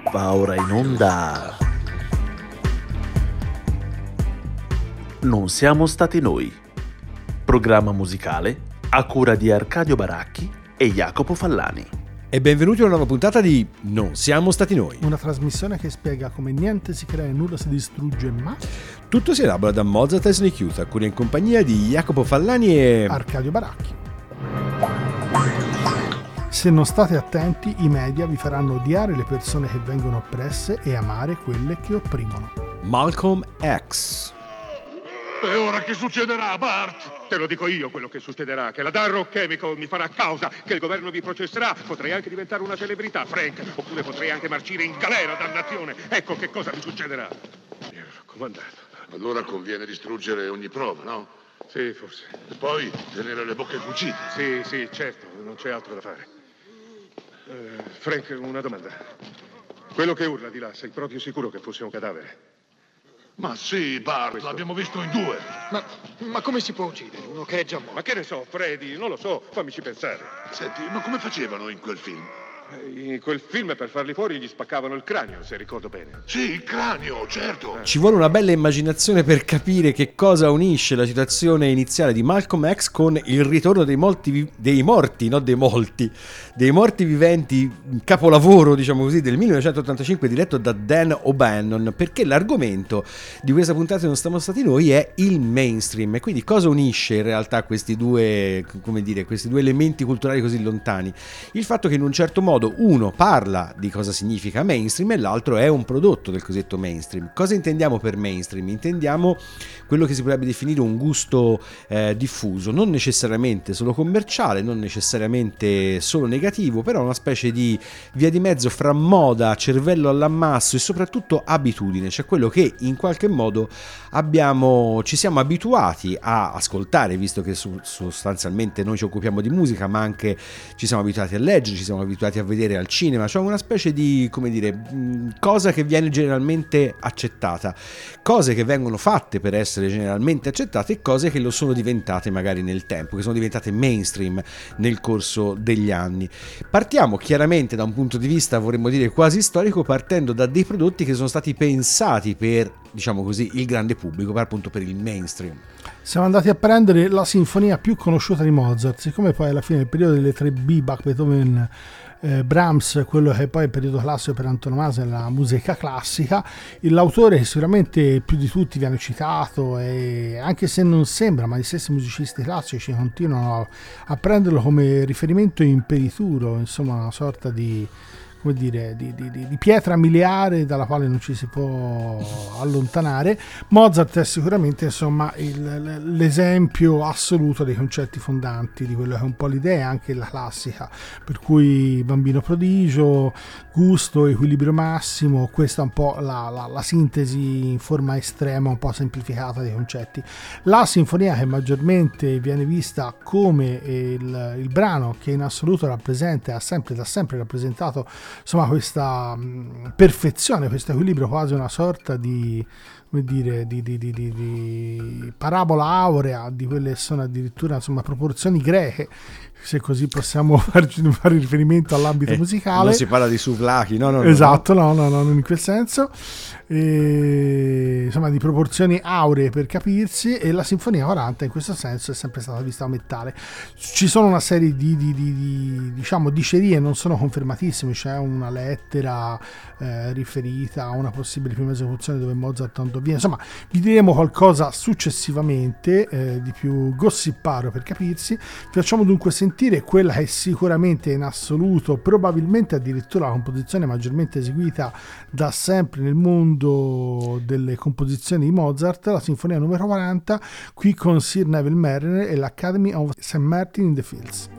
Va ora in onda. Non siamo stati noi. Programma musicale a cura di Arcadio Baracchi e Jacopo Fallani. E benvenuti a una nuova puntata di Non siamo stati noi. Una trasmissione che spiega come niente si crea e nulla si distrugge, ma Tutto si elabora da Mozart e Snake Youth, a cura in compagnia di Jacopo Fallani e Arcadio Baracchi. Se non state attenti, i media vi faranno odiare le persone che vengono oppresse e amare quelle che opprimono. Malcolm X. E ora che succederà, Bart? Te lo dico io quello che succederà, che la Darrow Chemical mi farà causa, che il governo vi processerà, potrei anche diventare una celebrità, Frank, oppure potrei anche marcire in galera, dannazione. Ecco che cosa mi succederà. Mi ero raccomandato. Allora conviene distruggere ogni prova, no? Sì, forse. E poi tenere le bocche cucite. Sì, certo, non c'è altro da fare. Frank, una domanda. Quello che urla di là, sei proprio sicuro che fosse un cadavere? Ma sì, Bart, l'abbiamo visto in due. Ma come si può uccidere uno che è già morto? Ma che ne so, Freddy, non lo so, fammici pensare. Senti, ma come facevano in quel film? In quel film per farli fuori gli spaccavano il cranio, se ricordo bene. Sì, il cranio, certo. Ci vuole una bella immaginazione per capire che cosa unisce la situazione iniziale di Malcolm X con il ritorno dei morti viventi, capolavoro, diciamo così, del 1985 diretto da Dan O'Bannon, perché l'argomento di questa puntata Non siamo stati noi è il mainstream. E quindi cosa unisce in realtà questi due elementi culturali così lontani? Il fatto che in un certo modo uno parla di cosa significa mainstream e l'altro è un prodotto del cosiddetto mainstream. Cosa intendiamo per mainstream? Intendiamo quello che si potrebbe definire un gusto diffuso, non necessariamente solo commerciale, non necessariamente solo negativo, però una specie di via di mezzo fra moda, cervello all'ammasso e soprattutto abitudine, cioè quello che in qualche modo ci siamo abituati a ascoltare, visto che sostanzialmente noi ci occupiamo di musica, ma anche ci siamo abituati a leggere, ci siamo abituati a vedere al cinema, cioè una specie di, cosa che viene generalmente accettata, cose che vengono fatte per essere generalmente accettate e cose che lo sono diventate magari nel tempo, che sono diventate mainstream nel corso degli anni. Partiamo chiaramente da un punto di vista, vorremmo dire, quasi storico, partendo da dei prodotti che sono stati pensati per, diciamo così, il grande pubblico, appunto per il mainstream. Siamo andati a prendere la sinfonia più conosciuta di Mozart, siccome poi alla fine del periodo delle 3B, Bach, Beethoven, Brahms, quello che poi è il periodo classico per antonomasia nella musica classica, l'autore che sicuramente più di tutti viene citato, e anche se non sembra, ma gli stessi musicisti classici continuano a prenderlo come riferimento imperituro, insomma una sorta di pietra miliare dalla quale non ci si può allontanare. Mozart è sicuramente, insomma, l'esempio assoluto dei concetti fondanti di quello che è un po' l'idea anche la classica, per cui bambino prodigio, gusto, equilibrio massimo. Questa è un po' la sintesi in forma estrema, un po' semplificata dei concetti. La sinfonia che maggiormente viene vista come il brano che in assoluto rappresenta, da sempre rappresentato, insomma, questa perfezione, questo equilibrio, quasi una sorta di parabola aurea di quelle che sono addirittura, insomma, proporzioni greche, se così possiamo fare riferimento all'ambito musicale. Non si parla di souvlaki, no. Esatto, no, non in quel senso. Insomma, di proporzioni auree, per capirsi, e la Sinfonia 40 in questo senso è sempre stata vista a mettale. Ci sono una serie di dicerie, non sono confermatissime. C'è una lettera riferita a una possibile prima esecuzione dove Mozart andò via. Insomma, vi diremo qualcosa successivamente di più gossiparo, per capirsi. Facciamo dunque sentire quella che è sicuramente in assoluto, probabilmente addirittura la composizione maggiormente eseguita da sempre nel mondo delle composizioni di Mozart, la Sinfonia numero 40, qui con Sir Neville Marriner e l'Academy of St. Martin in the Fields.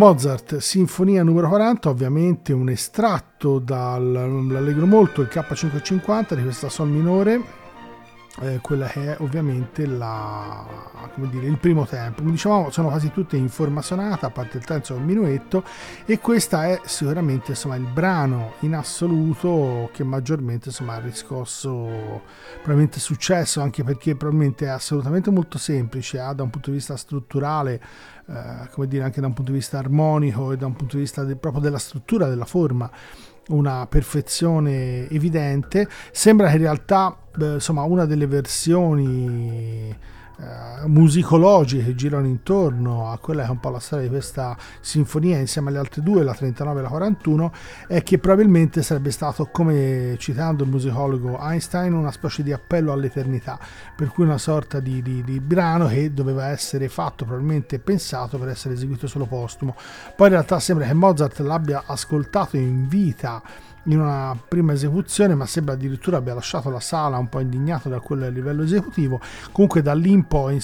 Mozart, Sinfonia numero 40, ovviamente un estratto dall'Allegro molto, il K550 di questa Sol minore, quella che è ovviamente il primo tempo. Come dicevamo, sono quasi tutte in forma sonata, a parte il terzo e il minuetto, e questa è sicuramente insomma il brano in assoluto che maggiormente insomma ha riscosso probabilmente successo, anche perché probabilmente è assolutamente molto semplice, ha da un punto di vista strutturale, anche da un punto di vista armonico e da un punto di vista proprio della struttura, della forma, una perfezione evidente. Sembra che in realtà una delle versioni musicologiche che girano intorno a quella che è un po' la storia di questa sinfonia insieme alle altre due, la 39 e la 41, è che probabilmente sarebbe stato, come citando il musicologo Einstein, una specie di appello all'eternità, per cui una sorta di brano che doveva essere fatto, probabilmente pensato per essere eseguito solo postumo. Poi in realtà sembra che Mozart l'abbia ascoltato in vita in una prima esecuzione, ma sembra addirittura abbia lasciato la sala un po' indignato da quello a livello esecutivo. Comunque da lì in poi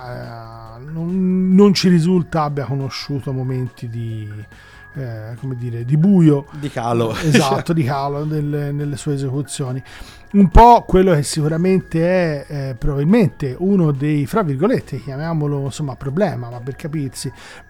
non ci risulta abbia conosciuto momenti di buio, di calo, esatto, di calo nelle sue esecuzioni. Un po' quello che sicuramente è probabilmente uno dei, fra virgolette, chiamiamolo problema, ma per capirsi,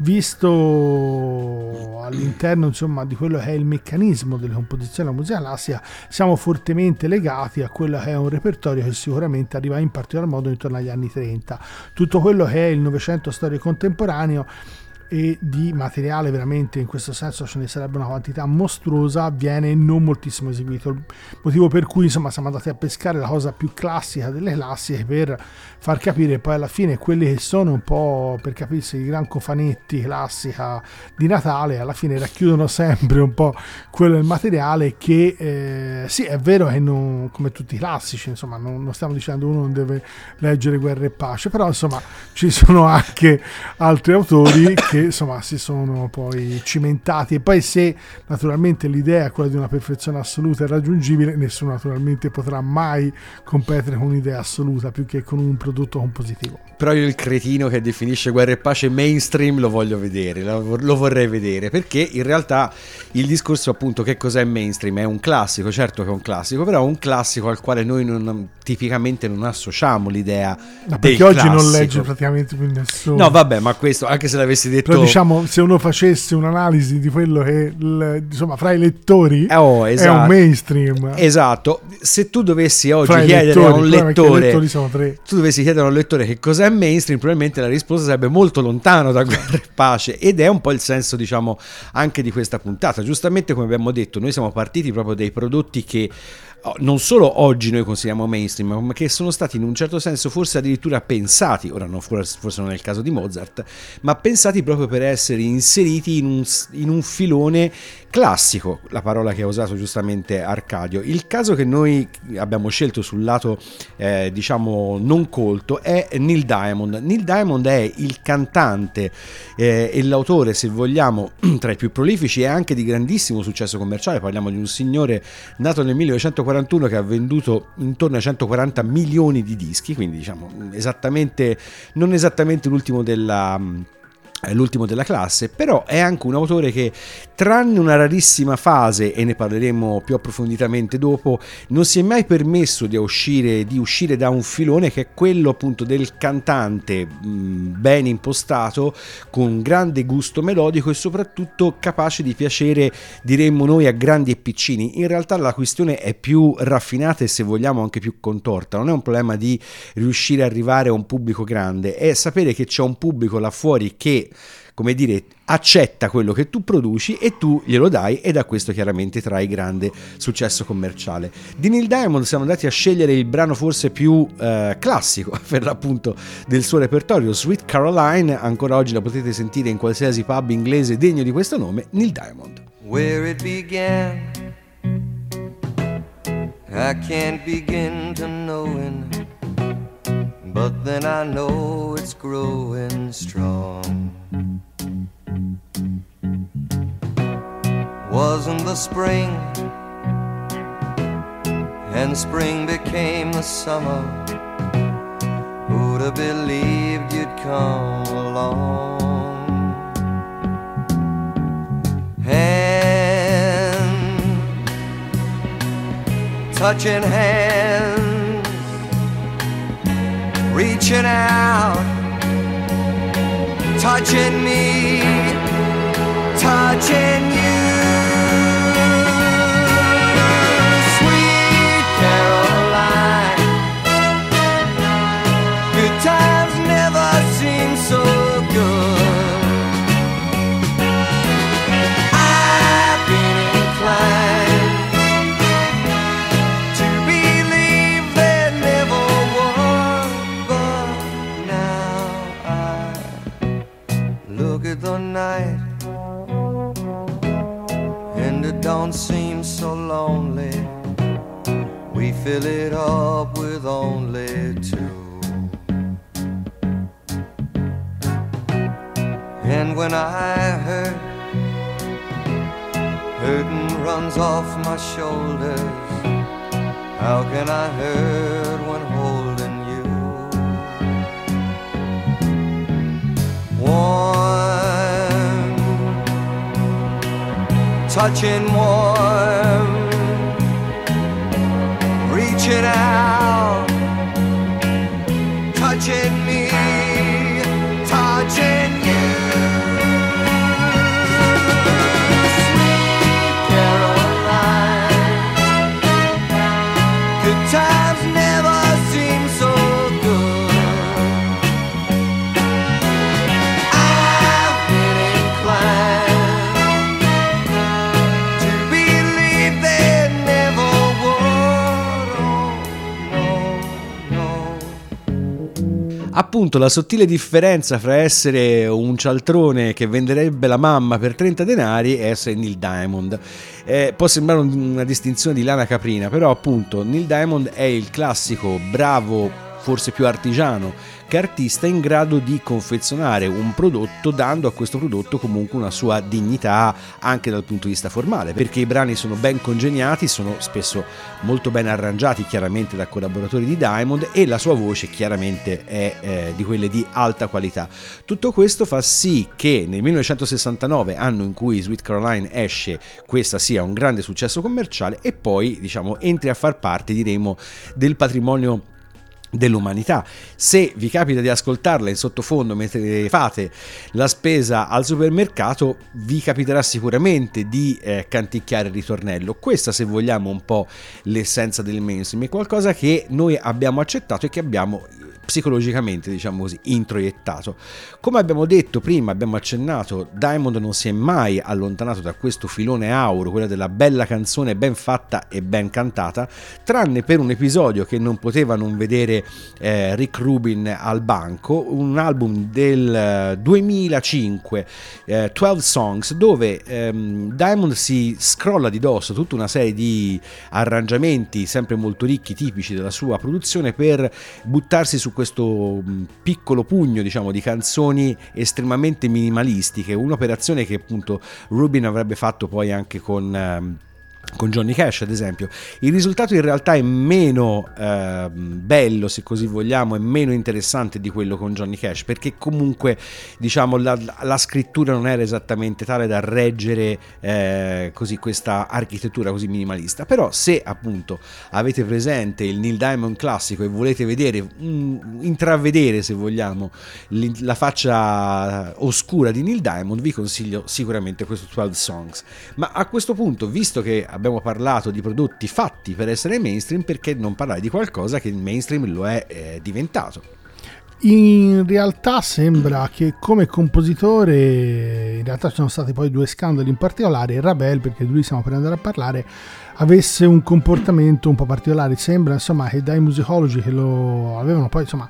visto all'interno di quello che è il meccanismo delle composizioni della musica classica, siamo fortemente legati a quello che è un repertorio che sicuramente arriva in particolar modo intorno agli anni 30. Tutto quello che è il Novecento storico contemporaneo, e di materiale veramente in questo senso ce ne sarebbe una quantità mostruosa, viene non moltissimo eseguito, il motivo per cui siamo andati a pescare la cosa più classica delle classiche per far capire poi alla fine quelli che sono un po', per capirsi, i gran cofanetti classica di Natale, alla fine racchiudono sempre un po' quello del materiale che sì, è vero che non, come tutti i classici, non stiamo dicendo uno non deve leggere Guerra e Pace, però ci sono anche altri autori che si sono poi cimentati, e poi se naturalmente l'idea è quella di una perfezione assoluta e raggiungibile, nessuno naturalmente potrà mai competere con un'idea assoluta più che con un prodotto compositivo. Però io il cretino che definisce Guerra e Pace mainstream lo voglio vedere, lo vorrei vedere, perché in realtà il discorso appunto che cos'è mainstream è un classico, certo che è un classico, però è un classico al quale noi tipicamente non associamo l'idea del perché oggi classico. Non legge praticamente più nessuno. No vabbè, ma questo anche se l'avessi detto, però se uno facesse un'analisi di quello che fra i lettori esatto. È un mainstream, esatto. Se tu dovessi oggi fra chiedere a un lettore, sono tre. Tu dovessi chiedere a un lettore che cos'è mainstream, probabilmente la risposta sarebbe molto lontano da Guerra e Pace, ed è un po' il senso anche di questa puntata. Giustamente, come abbiamo detto, noi siamo partiti proprio dai prodotti che non solo oggi noi consideriamo mainstream, ma che sono stati in un certo senso forse addirittura pensati, ora forse non è il caso di Mozart, ma pensati proprio per essere inseriti in un filone classico, la parola che ha usato giustamente Arcadio. Il caso che noi abbiamo scelto sul lato non colto è Neil Diamond. Neil Diamond è il cantante e l'autore, se vogliamo, tra i più prolifici e anche di grandissimo successo commerciale. Parliamo di un signore nato nel 1941 che ha venduto intorno ai 140 milioni di dischi, quindi non esattamente l'ultimo della classe, però è anche un autore che, tranne una rarissima fase, e ne parleremo più approfonditamente dopo, non si è mai permesso di uscire da un filone che è quello appunto del cantante ben impostato, con grande gusto melodico e soprattutto capace di piacere, diremmo noi, a grandi e piccini. In realtà la questione è più raffinata e, se vogliamo, anche più contorta. Non è un problema di riuscire ad arrivare a un pubblico grande, è sapere che c'è un pubblico là fuori che, come dire, accetta quello che tu produci e tu glielo dai, e da questo chiaramente trai grande successo commerciale. Di Neil Diamond siamo andati a scegliere il brano forse più classico per l'appunto del suo repertorio, Sweet Caroline. Ancora oggi la potete sentire in qualsiasi pub inglese degno di questo nome, Neil Diamond. Where it began, I can't begin to knowing, but then I know it's growing strong. Wasn't the spring, and spring became the summer. Who'd have believed you'd come along? touching hands, reaching out, touching me, touching you. Sweet Caroline, good times never seem so good. I've been inclined to believe there never was, but now I look at the night and it don't seem so lonely. We fill it up with only two. And when I hurt, hurting runs off my shoulders. How can I hurt when holding you? Warm, touching warm, reaching out, touching me, touching you. Sweet Caroline, good times never seem so good. I've been inclined to believe there never was. Oh, no, no. Appunto, la sottile differenza fra essere un cialtrone che venderebbe la mamma per 30 denari e essere Neil Diamond. Può sembrare una distinzione di lana caprina, però appunto Neil Diamond è il classico bravo, forse più artigiano che artista, in grado di confezionare un prodotto, dando a questo prodotto comunque una sua dignità anche dal punto di vista formale, perché i brani sono ben congegnati, sono spesso molto ben arrangiati, chiaramente da collaboratori di Diamond, e la sua voce chiaramente è di quelle di alta qualità. Tutto questo fa sì che nel 1969, anno in cui Sweet Caroline esce, questa sia un grande successo commerciale e poi, diciamo, entri a far parte, diremo, del patrimonio dell'umanità. Se vi capita di ascoltarla in sottofondo mentre fate la spesa al supermercato, vi capiterà sicuramente di canticchiare il ritornello. Questa, se vogliamo, un po' l'essenza del mainstream, è qualcosa che noi abbiamo accettato e che abbiamo psicologicamente, diciamo così, introiettato. Come abbiamo detto prima, abbiamo accennato, Diamond non si è mai allontanato da questo filone auro, quella della bella canzone ben fatta e ben cantata, tranne per un episodio che non poteva non vedere Rick Rubin al banco, un album del 2005, 12 Songs, dove Diamond si scrolla di dosso tutta una serie di arrangiamenti sempre molto ricchi, tipici della sua produzione, per buttarsi su questo piccolo pugno, diciamo, di canzoni estremamente minimalistiche, un'operazione che appunto Rubin avrebbe fatto poi anche con Johnny Cash, ad esempio. Il risultato in realtà è meno bello, se così vogliamo, è meno interessante di quello con Johnny Cash, perché comunque, diciamo, la scrittura non era esattamente tale da reggere così questa architettura così minimalista. Però se appunto avete presente il Neil Diamond classico e volete vedere, intravedere, se vogliamo, la faccia oscura di Neil Diamond, vi consiglio sicuramente questo 12 Songs. Ma a questo punto, visto che abbiamo parlato di prodotti fatti per essere mainstream, perché non parlare di qualcosa che il mainstream lo è diventato? In realtà sembra che come compositore, in realtà ci sono stati poi due scandali in particolare. Ravel, perché di lui stiamo per andare a parlare, avesse un comportamento un po' particolare. Sembra insomma che dai musicologi che lo avevano poi insomma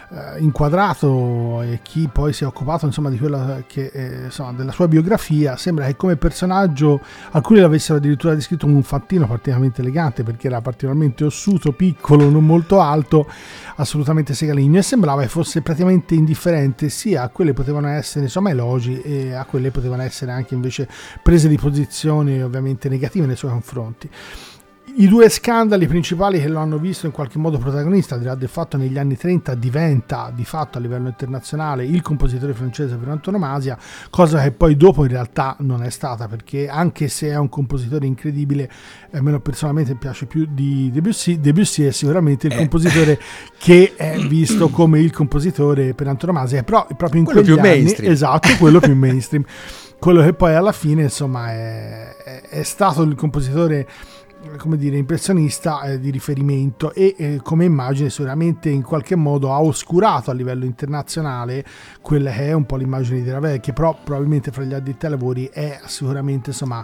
inquadrato e chi poi si è occupato insomma di quella che insomma della sua biografia, sembra che come personaggio alcuni l'avessero addirittura descritto come un fattino particolarmente elegante, perché era particolarmente ossuto, piccolo, non molto alto, assolutamente segaligno, e sembrava che fosse praticamente indifferente sia a quelle potevano essere insomma elogi e a quelle potevano essere anche invece prese di posizione ovviamente negative nei suoi confronti. I due scandali principali che lo hanno visto in qualche modo protagonista, al di là del fatto negli anni 30 diventa di fatto a livello internazionale il compositore francese per antonomasia, cosa che poi dopo in realtà non è stata, perché anche se è un compositore incredibile, a me personalmente piace più di Debussy è sicuramente il compositore che è visto come il compositore per antonomasia, però proprio in quello quegli più anni, mainstream. esatto, quello più mainstream, quello che poi alla fine insomma è stato il compositore, come dire, impressionista di riferimento e come immagine sicuramente in qualche modo ha oscurato a livello internazionale quella che è un po' l'immagine di Ravel, che però probabilmente fra gli addetti ai lavori è sicuramente insomma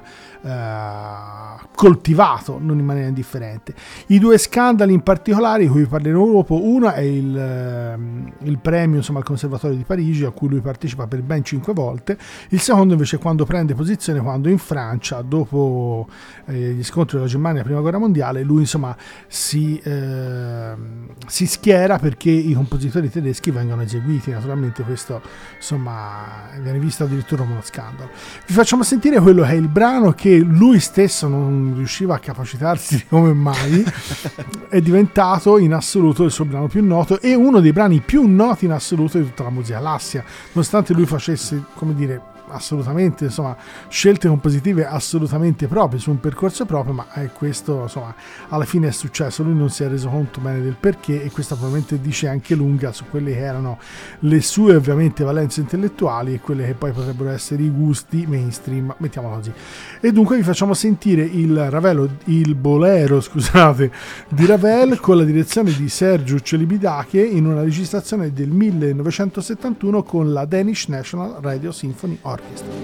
coltivato non in maniera indifferente. I due scandali in particolare di cui parleremo dopo, uno è il premio insomma al Conservatorio di Parigi a cui lui partecipa per ben 5 volte, il secondo invece quando prende posizione, quando in Francia dopo gli scontri della Germania la prima guerra mondiale lui insomma si schiera perché i compositori tedeschi vengano eseguiti. Naturalmente questo insomma viene visto addirittura come uno scandalo. Vi facciamo sentire quello che è il brano che lui stesso non riusciva a capacitarsi di come mai è diventato in assoluto il suo brano più noto e uno dei brani più noti in assoluto di tutta la musica classica, nonostante lui facesse, come dire, assolutamente insomma scelte compositive assolutamente proprie su un percorso proprio, ma questo insomma alla fine è successo, lui non si è reso conto bene del perché e questo probabilmente dice anche lunga su quelle che erano le sue ovviamente valenze intellettuali e quelle che poi potrebbero essere i gusti mainstream, mettiamolo così. E dunque vi facciamo sentire il bolero scusate di Ravel con la direzione di Sergiu Celibidache in una registrazione del 1971 con la Danish National Radio Symphony Orchestra.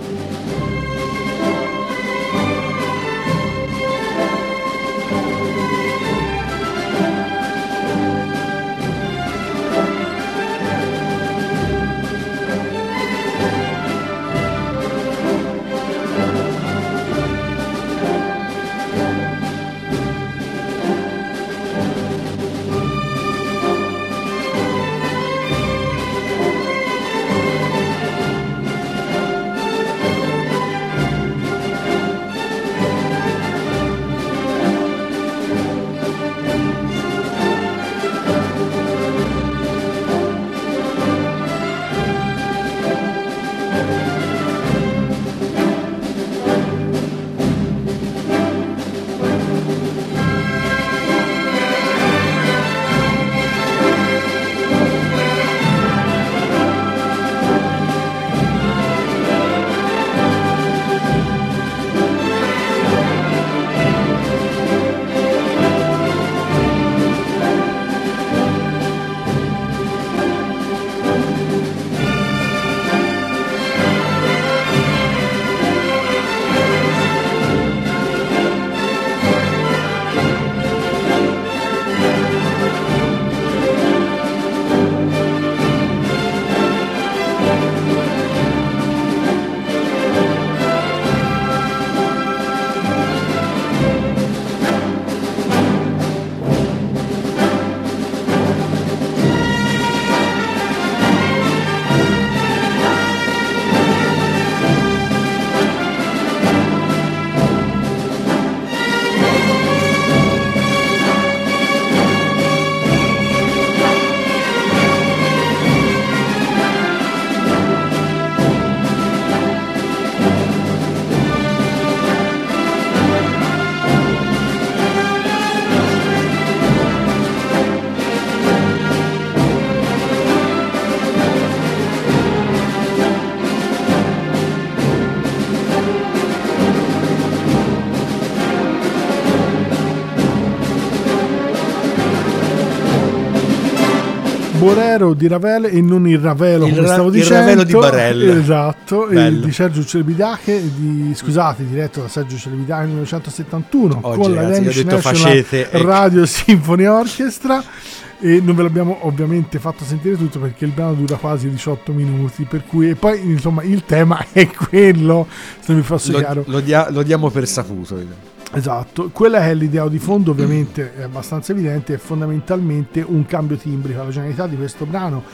Bolero di Ravel e non il Ravelo come stavo dicendo, il Ravelo di Barella, esatto, di Sergiu Celibidache diretto da Sergiu Celibidache nel 1971 con la Danish National Radio Symphony Orchestra. E non ve l'abbiamo ovviamente fatto sentire tutto perché il brano dura quasi 18 minuti, per cui e poi insomma il tema è quello, se mi fosse chiaro lo diamo per saputo. Esatto, quella che è l'idea di fondo ovviamente è abbastanza evidente, è fondamentalmente un cambio timbrico. La genialità di questo brano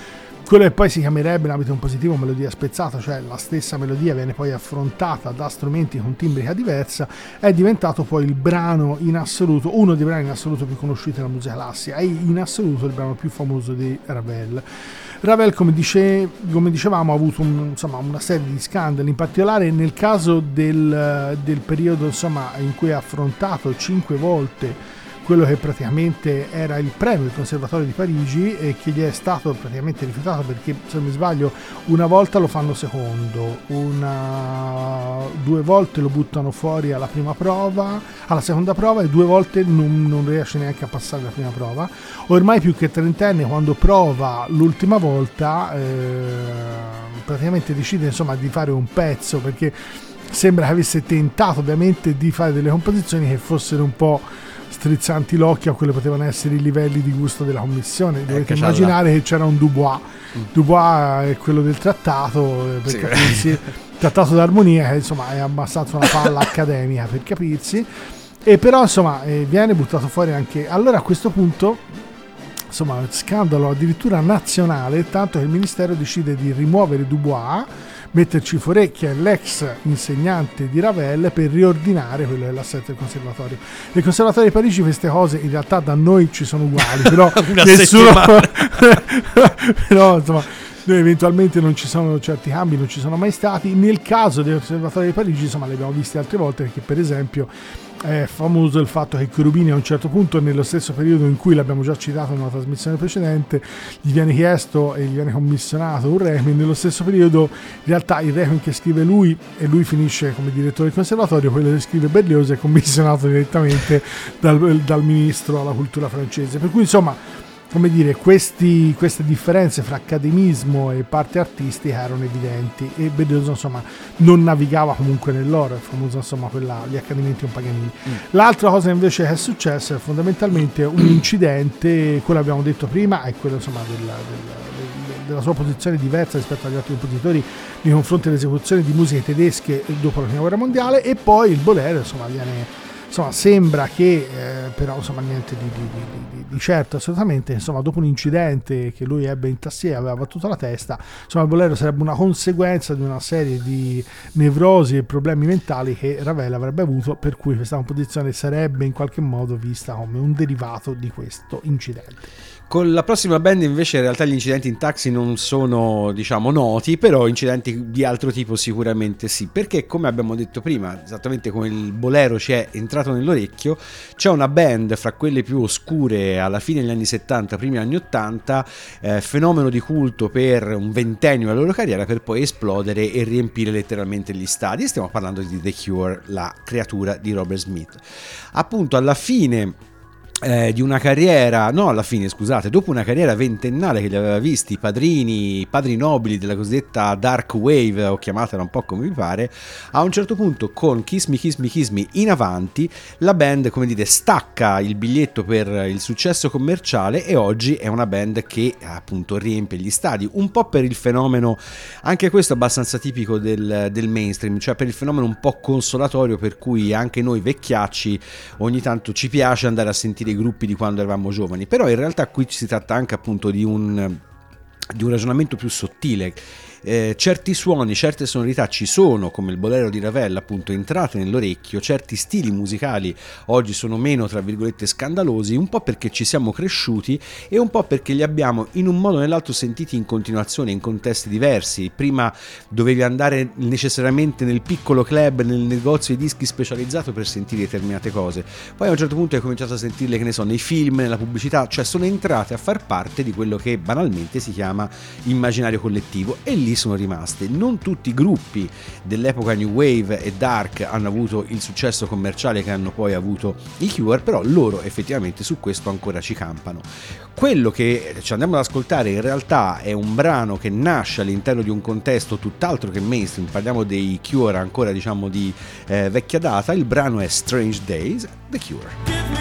quello che poi si chiamerebbe in ambito compositivo melodia spezzata, cioè la stessa melodia viene poi affrontata da strumenti con timbrica diversa, è diventato poi il brano in assoluto, uno dei brani in assoluto più conosciuti della musica classica e in assoluto il brano più famoso di Ravel. Ravel, come dicevamo, ha avuto una serie di scandali, in particolare nel caso del periodo in cui ha affrontato 5 volte quello che praticamente era il premio del Conservatorio di Parigi e che gli è stato praticamente rifiutato perché, se non mi sbaglio, una volta lo fanno secondo, 2 volte lo buttano fuori alla seconda prova e 2 volte non riesce neanche a passare la prima prova. Ormai più che trentenne, quando prova l'ultima volta praticamente decide di fare un pezzo, perché sembra che avesse tentato ovviamente di fare delle composizioni che fossero un po' strizzanti l'occhio a quelli che potevano essere i livelli di gusto della commissione. Dovete immaginare che c'era un Dubois. Dubois è quello del trattato, per capirsi, trattato d'armonia, che è abbastanza una palla accademica, per capirsi, e però viene buttato fuori anche. Allora a questo punto scandalo addirittura nazionale, tanto che il ministero decide di rimuovere Dubois, metterci Fauré, che è l'ex insegnante di Ravel, per riordinare quello che è l'assetto del conservatorio. Nel Conservatorio di Parigi queste cose in realtà da noi ci sono uguali, però nessuno però eventualmente non ci sono certi cambi, non ci sono mai stati. Nel caso del Conservatorio di Parigi li abbiamo visti altre volte, perché per esempio è famoso il fatto che Cherubini a un certo punto, nello stesso periodo in cui l'abbiamo già citato in una trasmissione precedente, gli viene chiesto e gli viene commissionato un requiem. Nello stesso periodo in realtà il requiem che scrive lui, e lui finisce come direttore del conservatorio, quello che scrive Berlioz è commissionato direttamente dal ministro alla cultura francese, per cui queste differenze fra accademismo e parte artistica erano evidenti, e Berlioz non navigava comunque nell'oro, è famoso gli accadimenti un paganini. L'altra cosa invece che è successa è fondamentalmente un incidente, quello abbiamo detto prima, è quello della sua posizione diversa rispetto agli altri compositori nei confronti dell'esecuzione di musiche tedesche dopo la prima guerra mondiale, e poi il bolero viene. Sembra che però niente di certo assolutamente, dopo un incidente che lui ebbe in tastiera, aveva battuto la testa, il bolero sarebbe una conseguenza di una serie di nevrosi e problemi mentali che Ravel avrebbe avuto, per cui questa composizione sarebbe in qualche modo vista come un derivato di questo incidente. Con la prossima band invece in realtà gli incidenti in taxi non sono noti, però incidenti di altro tipo sicuramente sì, perché come abbiamo detto prima, esattamente come il bolero ci è entrato nell'orecchio, c'è una band fra quelle più oscure alla fine degli anni 70, primi anni 80, fenomeno di culto per un ventennio della loro carriera, per poi esplodere e riempire letteralmente gli stadi. Stiamo parlando di The Cure, la creatura di Robert Smith. Appunto alla fine di una carriera, dopo una carriera ventennale che li aveva visti padri nobili della cosiddetta dark wave, o chiamatela un po' come vi pare, a un certo punto con Kiss Me Kiss Me Kiss Me in avanti la band, stacca il biglietto per il successo commerciale, e oggi è una band che appunto riempie gli stadi, un po' per il fenomeno, anche questo abbastanza tipico del mainstream, cioè per il fenomeno un po' consolatorio per cui anche noi vecchiacci ogni tanto ci piace andare a sentire i gruppi di quando eravamo giovani. Però in realtà qui si tratta anche appunto di un ragionamento più sottile. Certi suoni, certe sonorità ci sono, come il bolero di Ravel, appunto, entrate nell'orecchio. Certi stili musicali oggi sono meno, tra virgolette, scandalosi, un po' perché ci siamo cresciuti e un po' perché li abbiamo in un modo o nell'altro sentiti in continuazione, in contesti diversi. Prima dovevi andare necessariamente nel piccolo club, nel negozio di dischi specializzato per sentire determinate cose, poi a un certo punto hai cominciato a sentirle, nei film, nella pubblicità, cioè sono entrate a far parte di quello che banalmente si chiama immaginario collettivo, e lì sono rimaste. Non tutti i gruppi dell'epoca New Wave e Dark hanno avuto il successo commerciale che hanno poi avuto i Cure, però loro effettivamente su questo ancora ci campano. Quello che ci andiamo ad ascoltare in realtà è un brano che nasce all'interno di un contesto tutt'altro che mainstream, parliamo dei Cure ancora di vecchia data. Il brano è Strange Days, The Cure.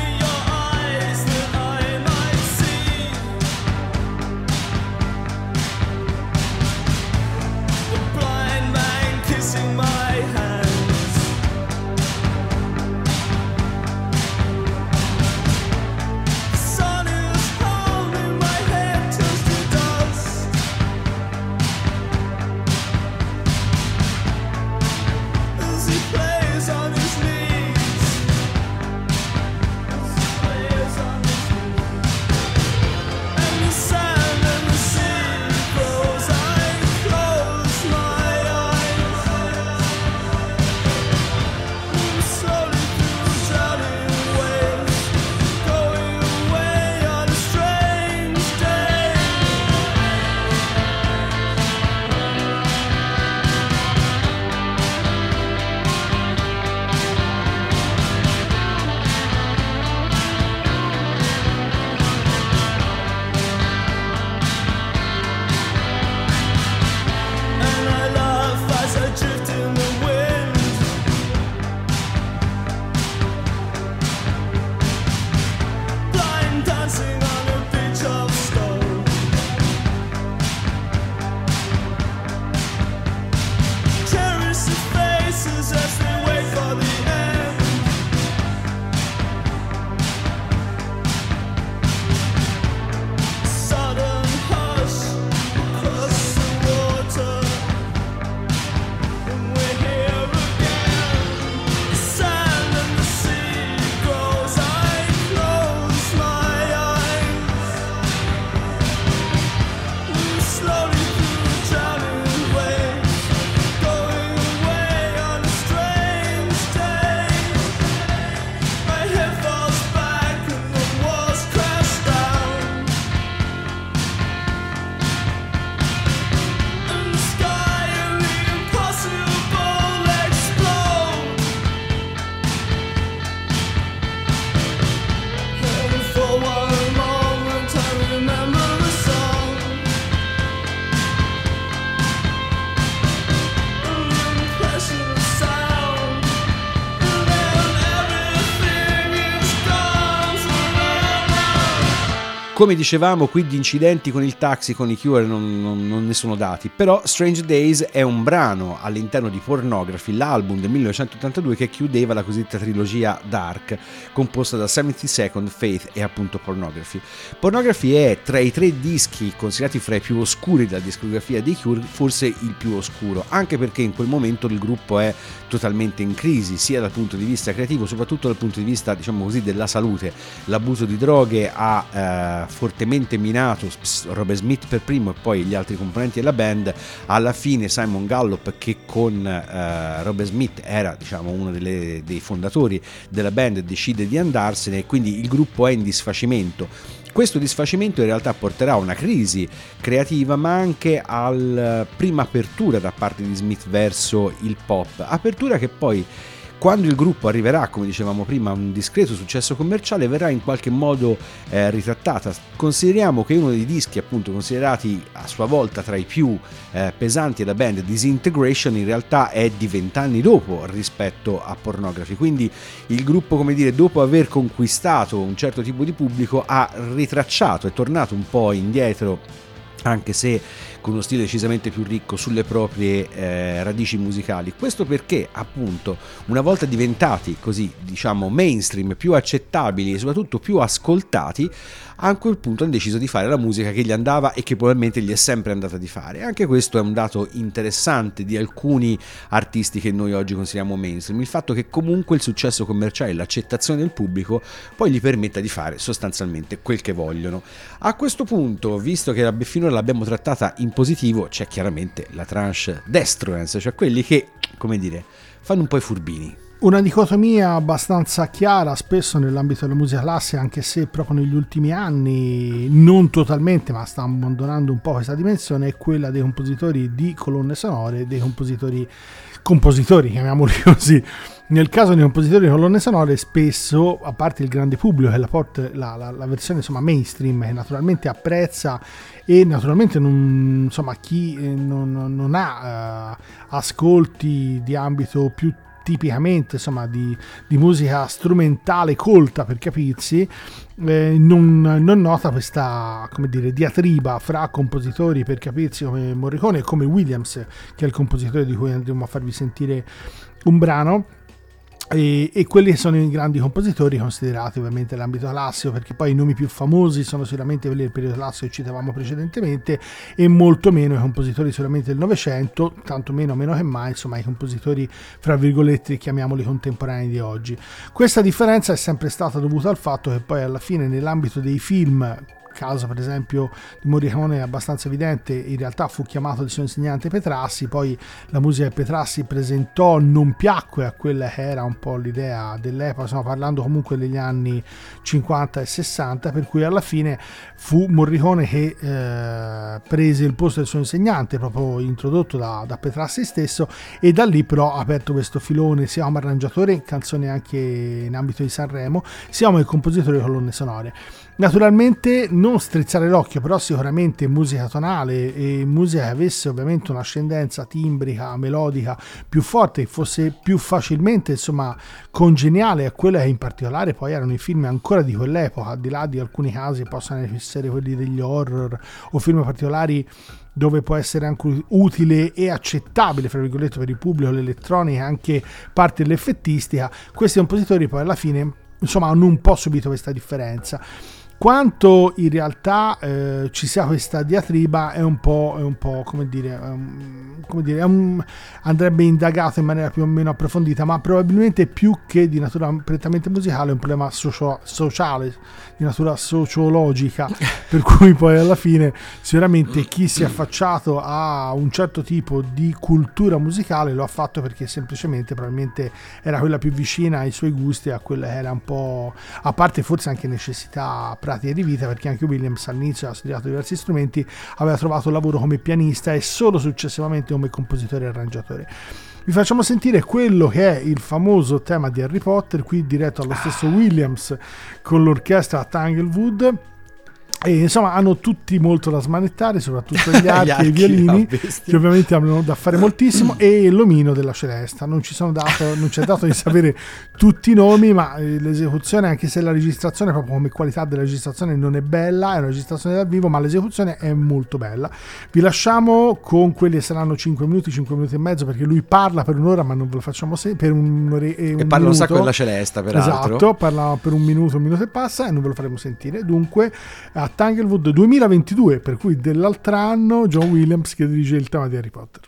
Come dicevamo, qui di incidenti con il taxi, con i Cure non ne sono dati, però Strange Days è un brano all'interno di Pornography, l'album del 1982 che chiudeva la cosiddetta trilogia Dark, composta da 72nd, Faith e appunto Pornography. Pornography è tra i 3 dischi considerati fra i più oscuri della discografia dei Cure, forse il più oscuro, anche perché in quel momento il gruppo è totalmente in crisi, sia dal punto di vista creativo, soprattutto dal punto di vista, diciamo così, della salute. L'abuso di droghe ha fortemente minato Robert Smith per primo e poi gli altri componenti della band. Alla fine Simon Gallup, che con Robert Smith era, diciamo, uno dei fondatori della band, decide di andarsene e quindi il gruppo è in disfacimento. Questo disfacimento in realtà porterà a una crisi creativa, ma anche alla prima apertura da parte di Smith verso il pop, apertura che poi, quando il gruppo arriverà, come dicevamo prima, a un discreto successo commerciale, verrà in qualche modo ritrattata. Consideriamo che uno dei dischi, appunto, considerati a sua volta tra i più pesanti della band, Disintegration, in realtà è di 20 anni dopo rispetto a Pornography, quindi il gruppo, come dire, dopo aver conquistato un certo tipo di pubblico, ha ritracciato, è tornato un po' indietro, anche se con uno stile decisamente più ricco, sulle proprie radici musicali. Questo perché, appunto, una volta diventati così, diciamo, mainstream, più accettabili e soprattutto più ascoltati, a quel punto hanno deciso di fare la musica che gli andava e che probabilmente gli è sempre andata di fare. Anche questo è un dato interessante di alcuni artisti che noi oggi consideriamo mainstream, il fatto che comunque il successo commerciale e l'accettazione del pubblico poi gli permetta di fare sostanzialmente quel che vogliono. A questo punto, visto che finora l'abbiamo trattata in positivo, c'è chiaramente la tranche destrorance, cioè quelli che, come dire, fanno un po' i furbini. Una dicotomia abbastanza chiara spesso nell'ambito della musica classica, anche se proprio negli ultimi anni non totalmente, ma sta abbandonando un po' questa dimensione, è quella dei compositori di colonne sonore, dei compositori chiamiamoli così. Nel caso dei compositori di colonne sonore, spesso, a parte il grande pubblico che la versione, insomma, mainstream, che naturalmente apprezza, e naturalmente chi non ha ascolti di ambito più tipicamente, insomma, di musica strumentale colta, per capirsi, non nota questa, come dire, diatriba fra compositori, per capirsi, come Morricone e come Williams, che è il compositore di cui andremo a farvi sentire un brano. E quelli che sono i grandi compositori considerati ovviamente nell'ambito classico, perché poi i nomi più famosi sono sicuramente quelli del periodo classico che citavamo precedentemente, e molto meno i compositori sicuramente del Novecento, tanto meno che mai, insomma, i compositori, fra virgolette, chiamiamoli contemporanei di oggi. Questa differenza è sempre stata dovuta al fatto che poi alla fine nell'ambito dei film, caso per esempio di Morricone è abbastanza evidente, in realtà fu chiamato il suo insegnante Petrassi, poi la musica che Petrassi presentò non piacque a quella che era un po' l'idea dell'epoca, stiamo parlando comunque degli anni 50 e 60, per cui alla fine fu Morricone che prese il posto del suo insegnante, proprio introdotto da Petrassi stesso, e da lì però ha aperto questo filone sia come arrangiatore, canzoni anche in ambito di Sanremo, sia come compositore di colonne sonore. Naturalmente non strizzare l'occhio, però sicuramente musica tonale e musica che avesse ovviamente un'ascendenza timbrica, melodica più forte, che fosse più facilmente, insomma, congeniale a quella che in particolare poi erano i film ancora di quell'epoca, al di là di alcuni casi che possono essere quelli degli horror o film particolari dove può essere anche utile e accettabile, fra virgolette, per il pubblico, l'elettronica, anche parte dell'effettistica. Questi compositori poi alla fine, insomma, hanno un po' subito questa differenza. Quanto in realtà ci sia questa diatriba è un po' come dire, andrebbe indagato in maniera più o meno approfondita, ma probabilmente più che di natura prettamente musicale è un problema sociale, di natura sociologica, per cui poi alla fine sicuramente chi si è affacciato a un certo tipo di cultura musicale lo ha fatto perché semplicemente probabilmente era quella più vicina ai suoi gusti, a quella che era un po', a parte forse anche necessità pratiche di vita, perché anche Williams all'inizio ha studiato diversi strumenti, aveva trovato lavoro come pianista e solo successivamente come compositore e arrangiatore. Vi facciamo sentire quello che è il famoso tema di Harry Potter, qui diretto allo stesso Williams con l'orchestra Tanglewood, E insomma hanno tutti molto da smanettare, soprattutto gli archi e i violini, che ovviamente hanno da fare moltissimo, e l'omino della Celesta. Non c'è dato di sapere tutti i nomi, ma l'esecuzione, anche se la registrazione proprio come qualità della registrazione non è bella, è una registrazione dal vivo, ma l'esecuzione è molto bella. Vi lasciamo con quelli che saranno 5 minuti e mezzo, perché lui parla per un'ora, ma non ve lo facciamo per un'ora e parla un sacco della Celesta, peraltro. Esatto, parla per un minuto e passa, e non ve lo faremo sentire. Dunque, a Tanglewood 2022, per cui dell'altro anno, John Williams che dirige il tema di Harry Potter.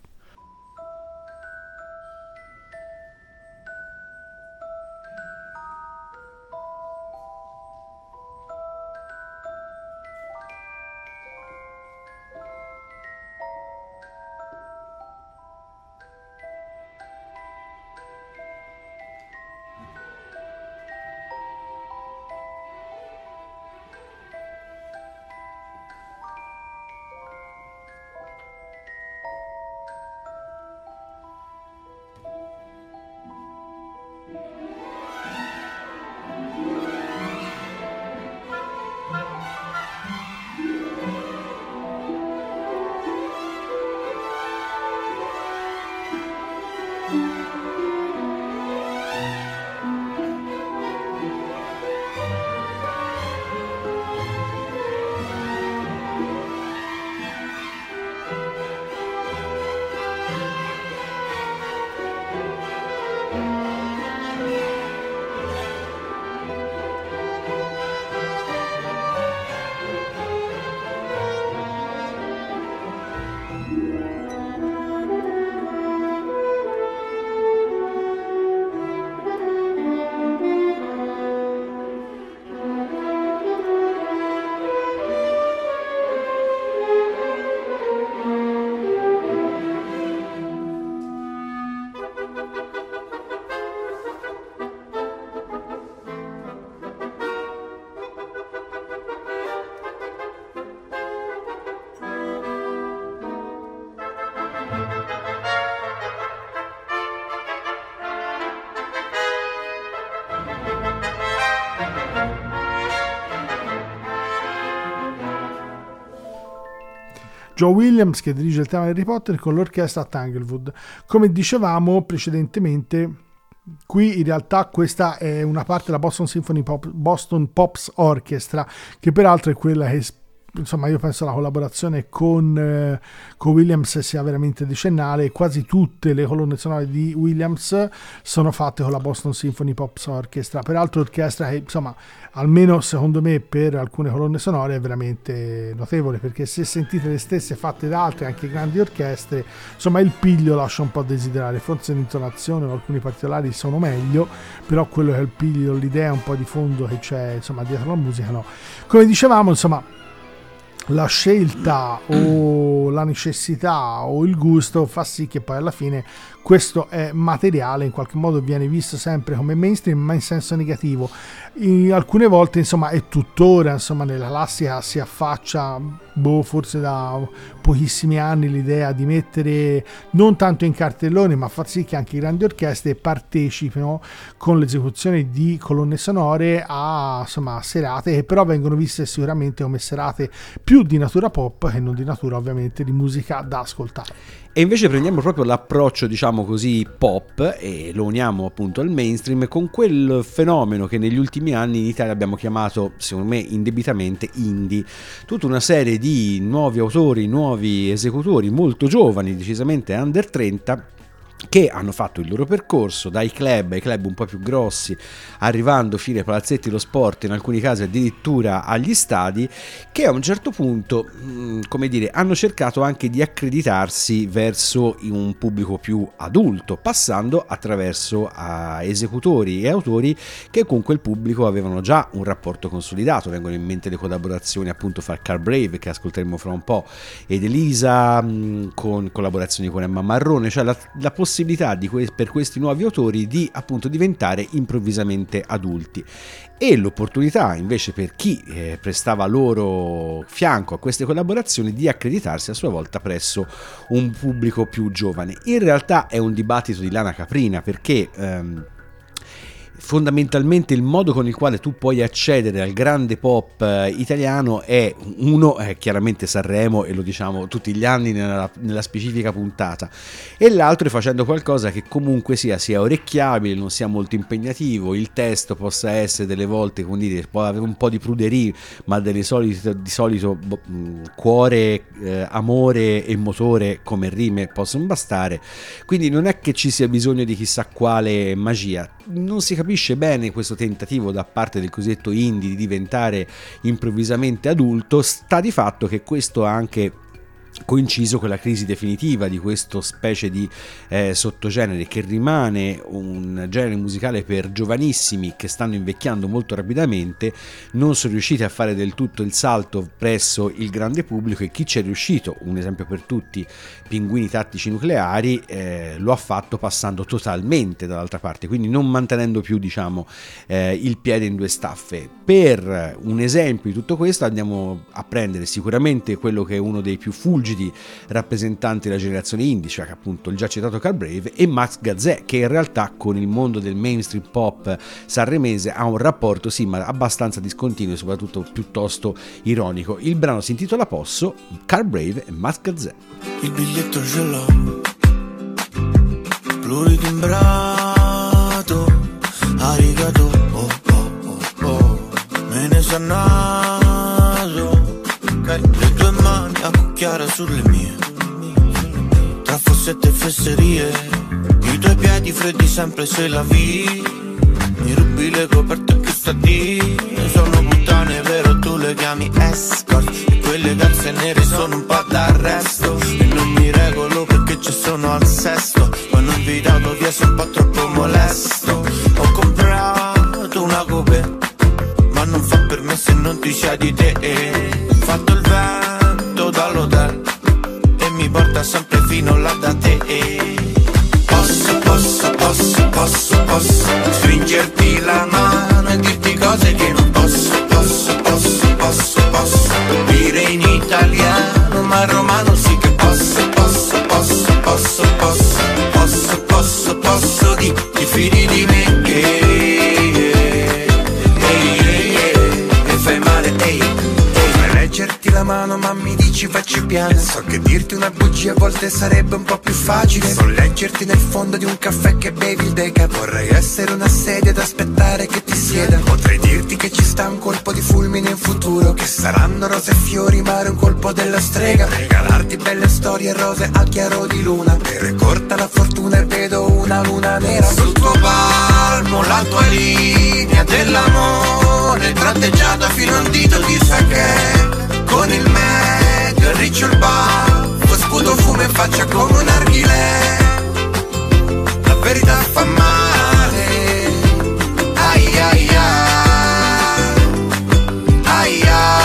Joe Williams che dirige il tema di Harry Potter con l'orchestra Tanglewood. Come dicevamo precedentemente, qui in realtà questa è una parte della Boston Pops Orchestra, che peraltro è quella che, insomma, io penso la collaborazione con Williams sia veramente decennale. Quasi tutte le colonne sonore di Williams sono fatte con la Boston Symphony Pops Orchestra, peraltro orchestra che, insomma, almeno secondo me per alcune colonne sonore è veramente notevole, perché se sentite le stesse fatte da altre, anche grandi orchestre, insomma il piglio lascia un po' a desiderare. Forse l'intonazione o alcuni particolari sono meglio, però quello che è il piglio, l'idea un po' di fondo che c'è, insomma, dietro la musica, no. Come dicevamo, insomma, la scelta o la necessità o il gusto fa sì che poi alla fine questo è materiale in qualche modo viene visto sempre come mainstream, ma in senso negativo. Alcune volte, insomma, è tuttora, insomma, nella classica si affaccia, forse da pochissimi anni, l'idea di mettere non tanto in cartellone, ma far sì che anche grandi orchestre partecipino con l'esecuzione di colonne sonore a, insomma, serate che però vengono viste sicuramente come serate più di natura pop che non di natura, ovviamente, di musica da ascoltare. E invece prendiamo proprio l'approccio, diciamo così, pop, e lo uniamo appunto al mainstream con quel fenomeno che negli ultimi anni in Italia abbiamo chiamato, secondo me indebitamente, indie. Tutta una serie di nuovi autori, nuovi esecutori molto giovani, decisamente under 30, che hanno fatto il loro percorso dai club ai club un po' più grossi, arrivando fino ai palazzetti dello sport, in alcuni casi addirittura agli stadi, che a un certo punto, come dire, hanno cercato anche di accreditarsi verso un pubblico più adulto, passando attraverso a esecutori e autori che con quel pubblico avevano già un rapporto consolidato. Vengono in mente le collaborazioni appunto fra Carl Brave, che ascolteremo fra un po', ed Elisa, con collaborazioni con Emma Marrone, cioè la possibilità per questi nuovi autori di appunto diventare improvvisamente adulti, e l'opportunità invece per chi prestava loro fianco a queste collaborazioni di accreditarsi a sua volta presso un pubblico più giovane. In realtà è un dibattito di lana caprina, perché fondamentalmente il modo con il quale tu puoi accedere al grande pop italiano è uno, chiaramente Sanremo, e lo diciamo tutti gli anni nella specifica puntata, e l'altro è facendo qualcosa che comunque sia orecchiabile, non sia molto impegnativo, il testo possa essere delle volte, come dire, può avere un po' di pruderie, ma di solito cuore, amore e motore come rime possono bastare, quindi non è che ci sia bisogno di chissà quale magia. Non si capisce bene questo tentativo da parte del cosiddetto indie di diventare improvvisamente adulto. Sta di fatto che questo ha anche coinciso con la crisi definitiva di questo specie di sottogenere, che rimane un genere musicale per giovanissimi che stanno invecchiando molto rapidamente, non sono riusciti a fare del tutto il salto presso il grande pubblico, e chi ci è riuscito, un esempio per tutti, Pinguini Tattici Nucleari, lo ha fatto passando totalmente dall'altra parte, quindi non mantenendo più, diciamo, il piede in due staffe. Per un esempio di tutto questo andiamo a prendere sicuramente quello che è uno dei più fulgidi rappresentanti della generazione indie, cioè appunto il già citato Carl Brave e Max Gazzè, che in realtà con il mondo del mainstream pop sanremese ha un rapporto sì, ma abbastanza discontinuo e soprattutto piuttosto ironico. Il brano si intitola Posso, Carl Brave e Max Gazzè. Il biglietto ce l'ho, pluritimbrato, arigato, oh oh oh oh, me ne sono nato, le tue mani a cucchiare sulle mie, tra fossette e fesserie, i tuoi piedi freddi sempre se la vi, mi rubi le coperte che sta di, sono puttane vero, tu le chiami escort, e quelle calze nere sono un po' d'arresto, e non mi regolo perché ci sono al sesto, ma hanno invitato via, sono un po' troppo molesto, ho comprato una coupe, ma non fa per me se non ti sia di te, ho fatto il vento dall'hotel e mi porta sempre fino là da te. Posso stringerti la mano e dirti cose che non posso dire in italiano, ma in romano sì che posso ti fidi di me e fai male, leggerti la mano ma mi dici facci piano, so che dirti una bugia a volte sarebbe un po' più facile, so leggerti nel fondo di un caffè che bevi il deca, vorrei essere una sedia ad aspettare che ti sieda, potrei dirti che ci sta un colpo di fulmine in futuro, che saranno rose e fiori ma è un colpo della strega, regalarti belle storie rose al chiaro di luna, per è corta la fortuna e vedo una luna nera sul tuo palmo, la tua linea dell'amore tratteggiata fino a un dito chissà che, con il medio, il riccio, il baffo, sputo fumo in faccia come un narghilè, la verità fa male, ai ai ai, ai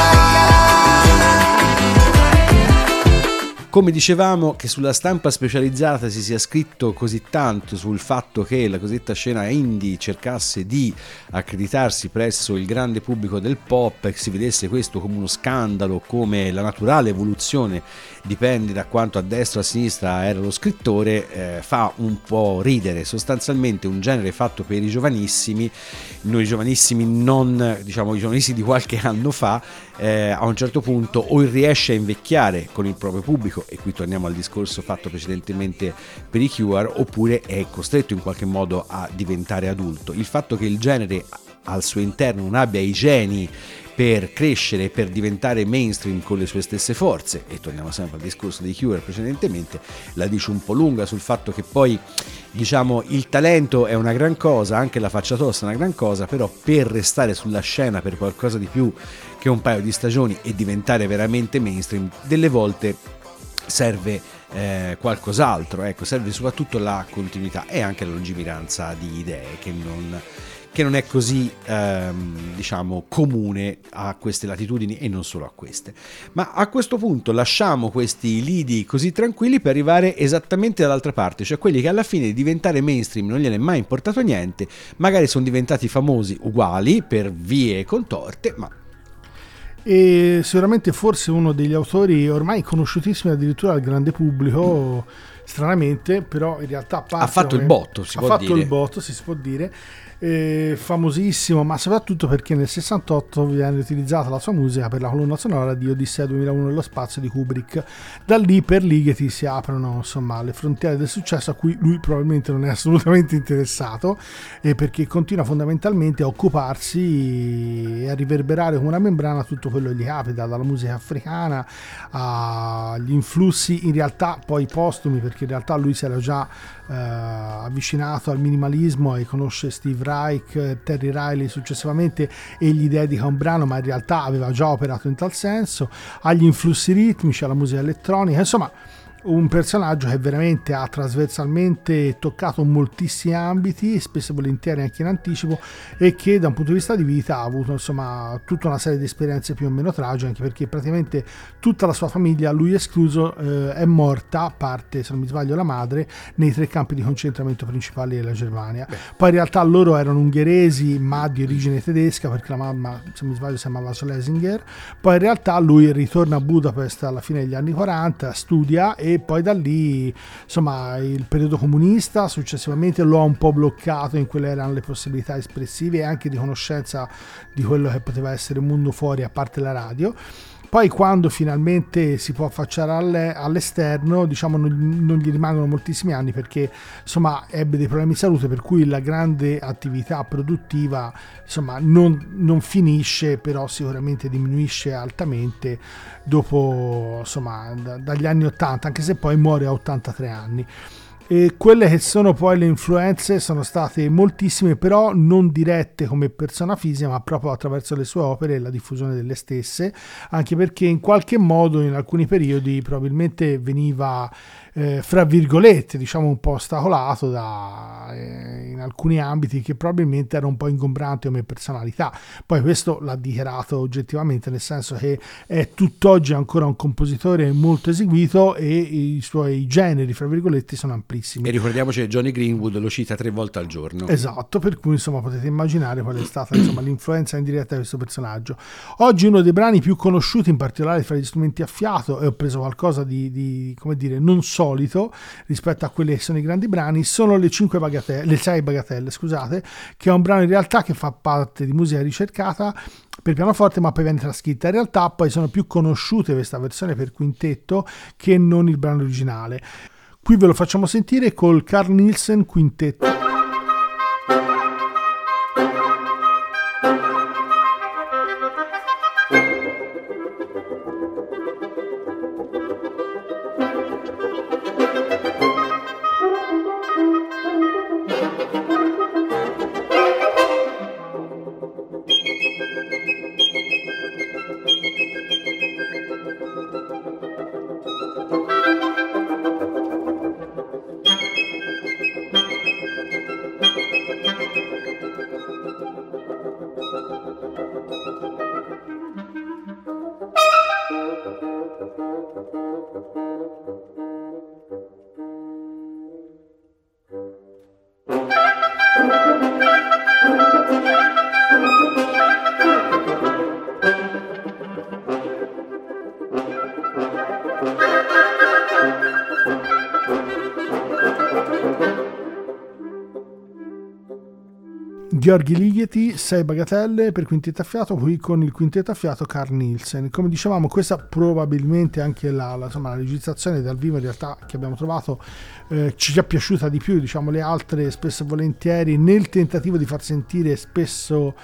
Come dicevamo, che sulla stampa specializzata si sia scritto così tanto sul fatto che la cosiddetta scena indie cercasse di accreditarsi presso il grande pubblico del pop, che si vedesse questo come uno scandalo, come la naturale evoluzione, dipende da quanto a destra o a sinistra era lo scrittore, fa un po' ridere. Sostanzialmente un genere fatto per i giovanissimi, noi giovanissimi non, diciamo i giovanissimi di qualche anno fa, a un certo punto o riesce a invecchiare con il proprio pubblico, e qui torniamo al discorso fatto precedentemente per i Cure, oppure è costretto in qualche modo a diventare adulto. Il fatto che il genere al suo interno non abbia i geni per crescere, per diventare mainstream con le sue stesse forze, e torniamo sempre al discorso dei Cure precedentemente, la dice un po' lunga sul fatto che poi, diciamo, il talento è una gran cosa, anche la faccia tosta è una gran cosa, però per restare sulla scena per qualcosa di più che un paio di stagioni e diventare veramente mainstream, delle volte serve qualcos'altro, ecco, serve soprattutto la continuità e anche la lungimiranza di idee che non è così diciamo comune a queste latitudini e non solo a queste. Ma a questo punto lasciamo questi lidi così tranquilli per arrivare esattamente dall'altra parte, cioè quelli che alla fine di diventare mainstream non gliene è mai importato niente, magari sono diventati famosi uguali per vie contorte, ma e sicuramente forse uno degli autori ormai conosciutissimi addirittura al grande pubblico, stranamente, però in realtà ha fatto il botto, si può dire. Ha fatto il botto, si può dire. famosissimo, ma soprattutto perché nel 68 viene utilizzata la sua musica per la colonna sonora di Odissea 2001 nello spazio di Kubrick. Da lì per Ligeti si aprono insomma le frontiere del successo, a cui lui probabilmente non è assolutamente interessato, perché continua fondamentalmente a occuparsi e a riverberare come una membrana tutto quello che gli capita, dalla musica africana agli influssi in realtà poi postumi, perché in realtà lui si era già avvicinato al minimalismo e conosce Steve Reich, Terry Riley successivamente e gli dedica un brano, ma in realtà aveva già operato in tal senso, agli influssi ritmici, alla musica elettronica, insomma un personaggio che veramente ha trasversalmente toccato moltissimi ambiti, spesso e volentieri anche in anticipo, e che da un punto di vista di vita ha avuto insomma tutta una serie di esperienze più o meno tragiche, anche perché praticamente tutta la sua famiglia, lui escluso, è morta, a parte se non mi sbaglio la madre, nei 3 campi di concentramento principali della Germania. Poi in realtà loro erano ungheresi ma di origine tedesca, perché la mamma, se non mi sbaglio, si chiamava Schlesinger. Poi in realtà lui ritorna a Budapest alla fine degli anni 40, studia e poi da lì insomma il periodo comunista successivamente lo ha un po' bloccato in quelle erano le possibilità espressive e anche di conoscenza di quello che poteva essere un mondo fuori a parte la radio. Poi quando finalmente si può affacciare all'esterno, diciamo non gli rimangono moltissimi anni, perché insomma ebbe dei problemi di salute, per cui la grande attività produttiva insomma non finisce, però sicuramente diminuisce altamente dopo insomma dagli anni 80, anche se poi muore a 83 anni. E quelle che sono poi le influenze sono state moltissime, però non dirette come persona fisica, ma proprio attraverso le sue opere e la diffusione delle stesse, anche perché in qualche modo in alcuni periodi probabilmente veniva fra virgolette diciamo un po' ostacolato in alcuni ambiti che probabilmente era un po' ingombrante come personalità. Poi questo l'ha dichiarato oggettivamente, nel senso che è tutt'oggi ancora un compositore molto eseguito e i suoi generi fra virgolette sono amplissimi. E ricordiamoci che Johnny Greenwood lo cita 3 volte al giorno. Esatto, per cui insomma potete immaginare qual è stata insomma l'influenza indiretta di questo personaggio. Oggi uno dei brani più conosciuti, in particolare fra gli strumenti a fiato, e ho preso qualcosa di come dire non solito rispetto a quelli che sono i grandi brani, sono le 6 bagatelle, scusate, che è un brano in realtà che fa parte di musica ricercata per pianoforte, ma poi viene trascritta. In realtà poi sono più conosciute questa versione per quintetto che non il brano originale. Qui ve lo facciamo sentire col Carl Nielsen Quintetto. Gheorghi Ligeti, 6 bagatelle per quintetto a fiato, qui con il quintetto a fiato Carl Nielsen. Come dicevamo, questa probabilmente anche la registrazione dal vivo in realtà che abbiamo trovato ci è piaciuta di più, diciamo le altre spesso e volentieri nel tentativo di far sentire spesso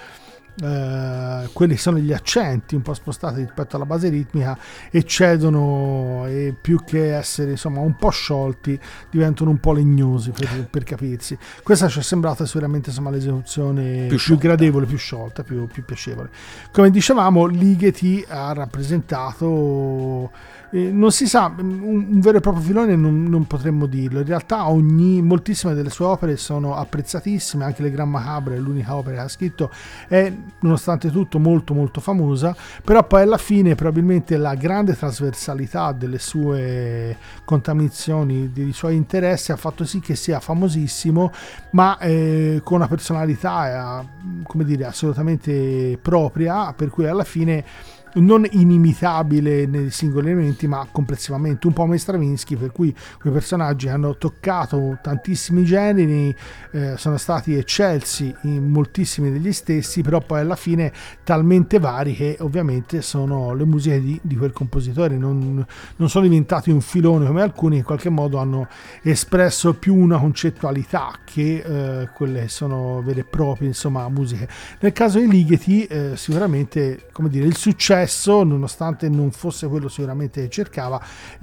quelli sono gli accenti un po' spostati rispetto alla base ritmica, eccedono e più che essere insomma un po' sciolti diventano un po' legnosi per capirsi. Questa ci è sembrata sicuramente insomma l'esecuzione più gradevole, più sciolta, più piacevole. Come dicevamo, Ligeti ha rappresentato non si sa, un vero e proprio filone non potremmo dirlo. In realtà moltissime delle sue opere sono apprezzatissime, anche le Gran Macabre, l'unica opera che ha scritto, è nonostante tutto molto molto famosa, però poi alla fine probabilmente la grande trasversalità delle sue contaminazioni, dei suoi interessi ha fatto sì che sia famosissimo, ma con una personalità come dire assolutamente propria, per cui alla fine non inimitabile nei singoli elementi, ma complessivamente un po' come Stravinsky, per cui quei personaggi hanno toccato tantissimi generi, sono stati eccelsi in moltissimi degli stessi, però poi alla fine talmente vari che ovviamente sono le musiche di quel compositore, non sono diventati un filone come alcuni, in qualche modo hanno espresso più una concettualità che quelle sono vere e proprie, insomma, musiche. Nel caso di Ligeti sicuramente, come dire, il successo, nonostante non fosse quello sicuramente che cercava, gli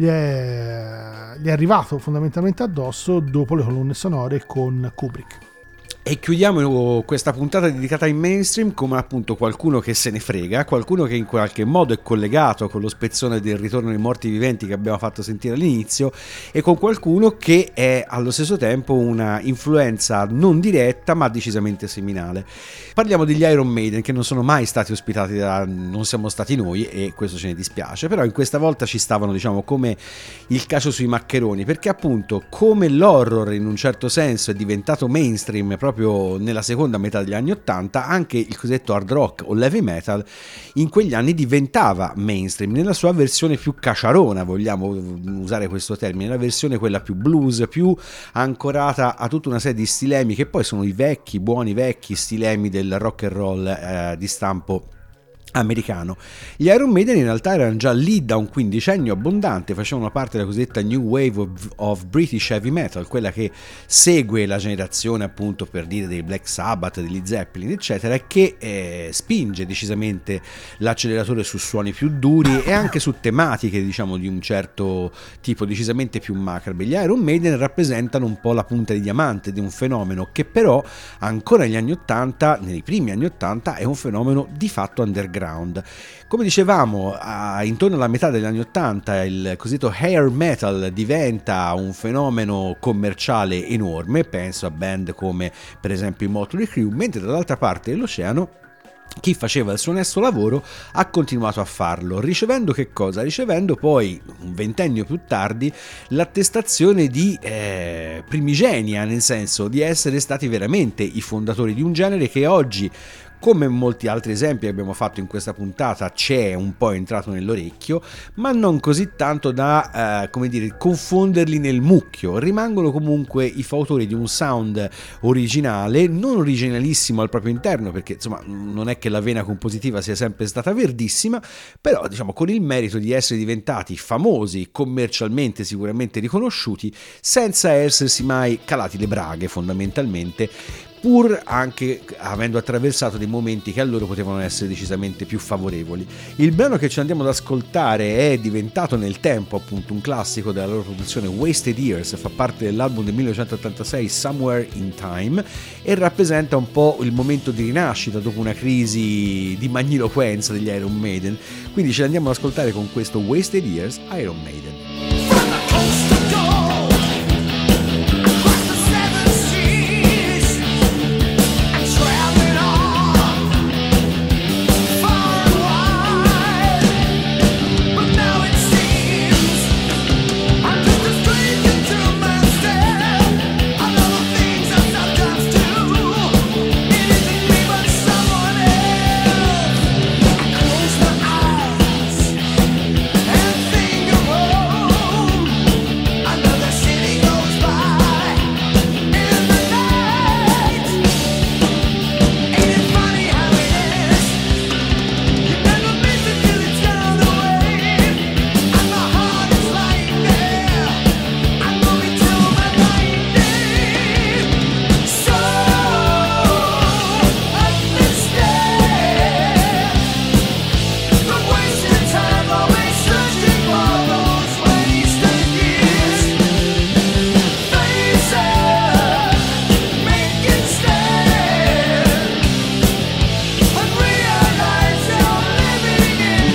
è arrivato fondamentalmente addosso dopo le colonne sonore con Kubrick. E chiudiamo questa puntata dedicata ai mainstream come appunto qualcuno che se ne frega, qualcuno che in qualche modo è collegato con lo spezzone del Ritorno dei morti viventi che abbiamo fatto sentire all'inizio, e con qualcuno che è allo stesso tempo una influenza non diretta ma decisamente seminale. Parliamo degli Iron Maiden, che non sono mai stati ospitati da Non siamo stati noi, e questo ce ne dispiace, però in questa volta ci stavano, diciamo, come il cacio sui maccheroni, perché appunto come l'horror in un certo senso è diventato mainstream proprio nella seconda metà degli anni 80, anche il cosiddetto hard rock o l'heavy metal in quegli anni diventava mainstream nella sua versione più caciarona, vogliamo usare questo termine, la versione quella più blues, più ancorata a tutta una serie di stilemi che poi sono i vecchi, buoni vecchi stilemi del rock and roll di stampo americano. Gli Iron Maiden in realtà erano già lì da un quindicennio abbondante, facevano parte della cosiddetta New Wave of British Heavy Metal, quella che segue la generazione appunto, per dire, dei Black Sabbath, degli Zeppelin eccetera, e che spinge decisamente l'acceleratore su suoni più duri e anche su tematiche, diciamo, di un certo tipo, decisamente più macabre. Gli Iron Maiden rappresentano un po' la punta di diamante di un fenomeno che però ancora negli anni 80, nei primi anni 80, è un fenomeno di fatto underground. Come dicevamo, intorno alla metà degli anni 80 il cosiddetto hair metal diventa un fenomeno commerciale enorme, penso a band come per esempio i Motley Crue, mentre dall'altra parte dell'oceano chi faceva il suo onesto lavoro ha continuato a farlo, ricevendo che cosa? Ricevendo poi, un ventennio più tardi, l'attestazione di primigenia, nel senso di essere stati veramente i fondatori di un genere che oggi, come molti altri esempi che abbiamo fatto in questa puntata, c'è un po' entrato nell'orecchio, ma non così tanto da come dire, confonderli nel mucchio. Rimangono comunque i fautori di un sound originale, non originalissimo al proprio interno, perché insomma non è che la vena compositiva sia sempre stata verdissima, però diciamo con il merito di essere diventati famosi, commercialmente sicuramente riconosciuti, senza essersi mai calati le braghe fondamentalmente, pur anche avendo attraversato dei momenti che a loro potevano essere decisamente più favorevoli. Il brano che ci andiamo ad ascoltare è diventato nel tempo appunto un classico della loro produzione, Wasted Years, fa parte dell'album del 1986 Somewhere in Time e rappresenta un po' il momento di rinascita dopo una crisi di magniloquenza degli Iron Maiden, quindi ce l'andiamo ad ascoltare con questo Wasted Years, Iron Maiden.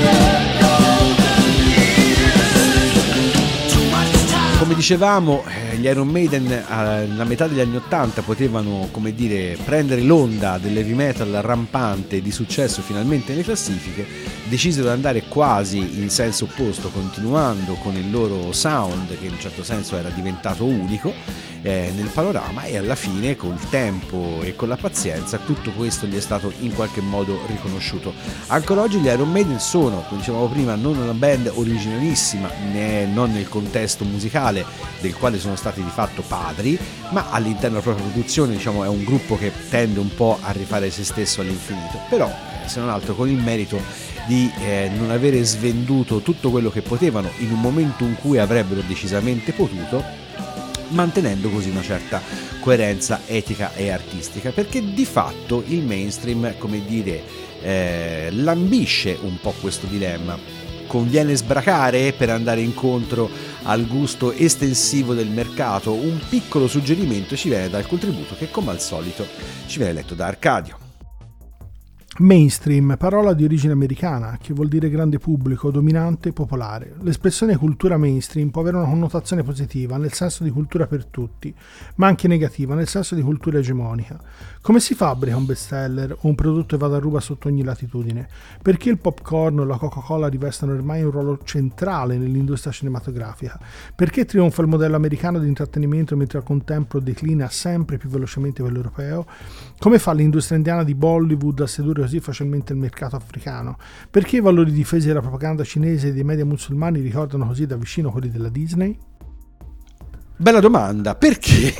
Dicevamo, gli Iron Maiden alla metà degli anni 80 potevano, come dire, prendere l'onda dell'heavy metal rampante di successo finalmente nelle classifiche, decisero di andare quasi in senso opposto, continuando con il loro sound che in un certo senso era diventato unico nel panorama, e alla fine col tempo e con la pazienza tutto questo gli è stato in qualche modo riconosciuto. Ancora oggi gli Iron Maiden sono, come dicevamo prima, non una band originalissima, non nel contesto musicale del quale sono stati di fatto padri, ma all'interno della propria produzione, diciamo, è un gruppo che tende un po' a rifare se stesso all'infinito, però se non altro con il merito di non avere svenduto tutto quello che potevano in un momento in cui avrebbero decisamente potuto, mantenendo così una certa coerenza etica e artistica, perché di fatto il mainstream, come dire, lambisce un po' questo dilemma. Conviene sbracare per andare incontro al gusto estensivo del mercato? Un piccolo suggerimento ci viene dal contributo che, come al solito, ci viene letto da Arcadio. Mainstream, parola di origine americana che vuol dire grande pubblico, dominante, popolare. L'espressione cultura mainstream può avere una connotazione positiva, nel senso di cultura per tutti, ma anche negativa, nel senso di cultura egemonica. Come si fabbrica un bestseller o un prodotto che vada a ruba sotto ogni latitudine? Perché il popcorn o la Coca-Cola rivestono ormai un ruolo centrale nell'industria cinematografica? Perché trionfa il modello americano di intrattenimento mentre al contempo declina sempre più velocemente quello europeo? Come fa l'industria indiana di Bollywood a sedurre così facilmente il mercato africano? Perché i valori difesi della propaganda cinese e dei media musulmani ricordano così da vicino quelli della Disney? Bella domanda, perché?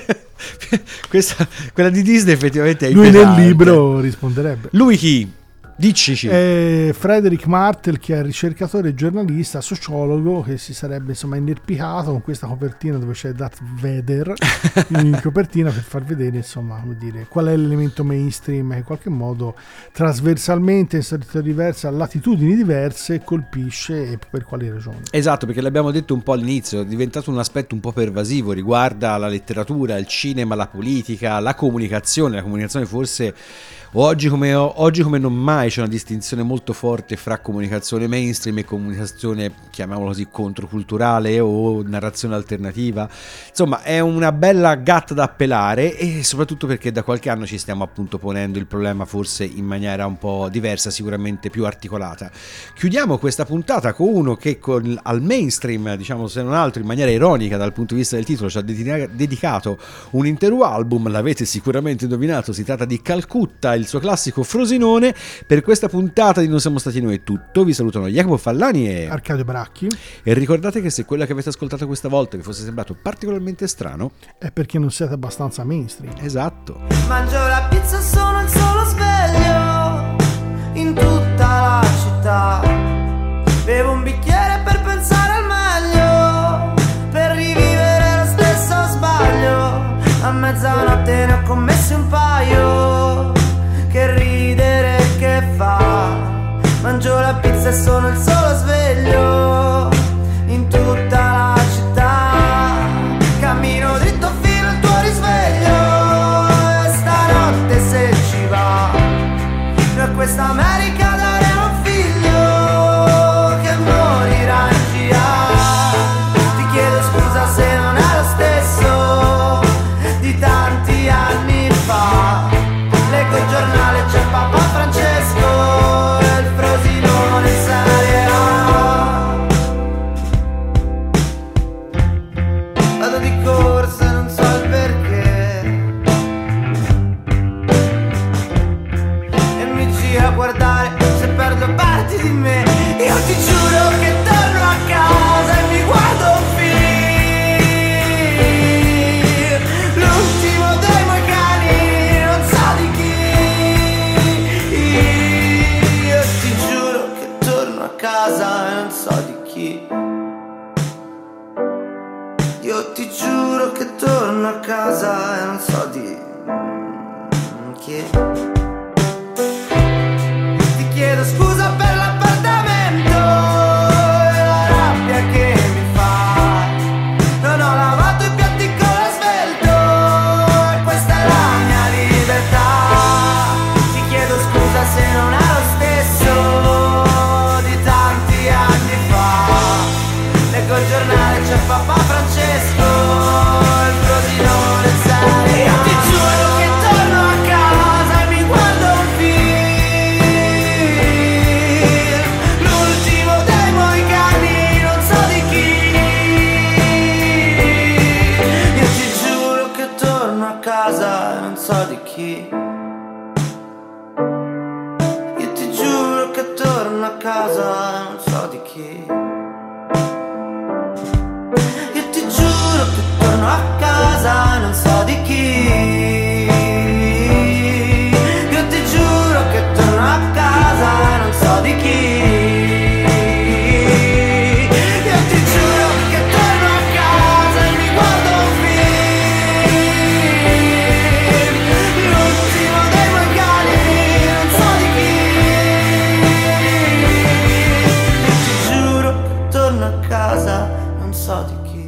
Quella di Disney effettivamente è lui inquietante. nel libro risponderebbe. Lui chi? Dicici. Frederick Martel, che è ricercatore e giornalista, sociologo, che si sarebbe insomma inerpicato con questa copertina dove c'è Darth Vader in copertina per far vedere insomma, come dire, qual è l'elemento mainstream che in qualche modo trasversalmente in territori diversi, a latitudini diverse, colpisce, e per quali ragioni. Esatto, perché l'abbiamo detto un po' all'inizio, è diventato un aspetto un po' pervasivo, riguarda la letteratura, il cinema, la politica, la comunicazione forse oggi come non mai c'è una distinzione molto forte fra comunicazione mainstream e comunicazione, chiamiamola così, controculturale o narrazione alternativa. Insomma, è una bella gatta da pelare, e soprattutto perché da qualche anno ci stiamo appunto ponendo il problema forse in maniera un po' diversa, sicuramente più articolata. Chiudiamo questa puntata con uno che al mainstream, diciamo se non altro in maniera ironica dal punto di vista del titolo, ci ha dedicato un intero album. L'avete sicuramente indovinato, si tratta di Calcutta, il suo classico Frosinone. Per questa puntata di Non siamo stati noi è tutto, vi salutano Jacopo Fallani e Arcadio Baracchi, e ricordate che se quella che avete ascoltato questa volta vi fosse sembrato particolarmente strano è perché non siete abbastanza mainstream. Esatto. Mangio la pizza, sono il solo sveglio in tutta la città, bevo un bicchiere per pensare al meglio, per rivivere lo stesso sbaglio. A mezzanotte ne ho commessi un paio, che ridere che fa. Mangio la pizza e sono il solo sveglio in tutta la città. Cammino dritto fino al tuo risveglio, e stanotte se ci va, noi a questa America daremo un figlio che morirà in GA. Ti chiedo scusa se non è lo stesso di tanti anni fa. Leggo il giornale, c'è Papa Francesco e il Frosinone in Serie A. Vado di corsa e non so il perché, e mi giro a guardare se perdo parti di me. Io ti giuro che torno a casa e mi guardo un film, l'ultimo dei Moicani, non so di chi. Io ti giuro che torno a casa e non so di chi. Io ti giuro che torno a casa e non so di chi. Ti chiedo scusa per l'appartamento e la rabbia che mi fa. Non ho lavato i piatti con l'asfalto e questa è la mia libertà. Ti chiedo scusa se non è lo stesso di tanti anni fa. Leggo il giornale, c'è Papa Francesco so di chi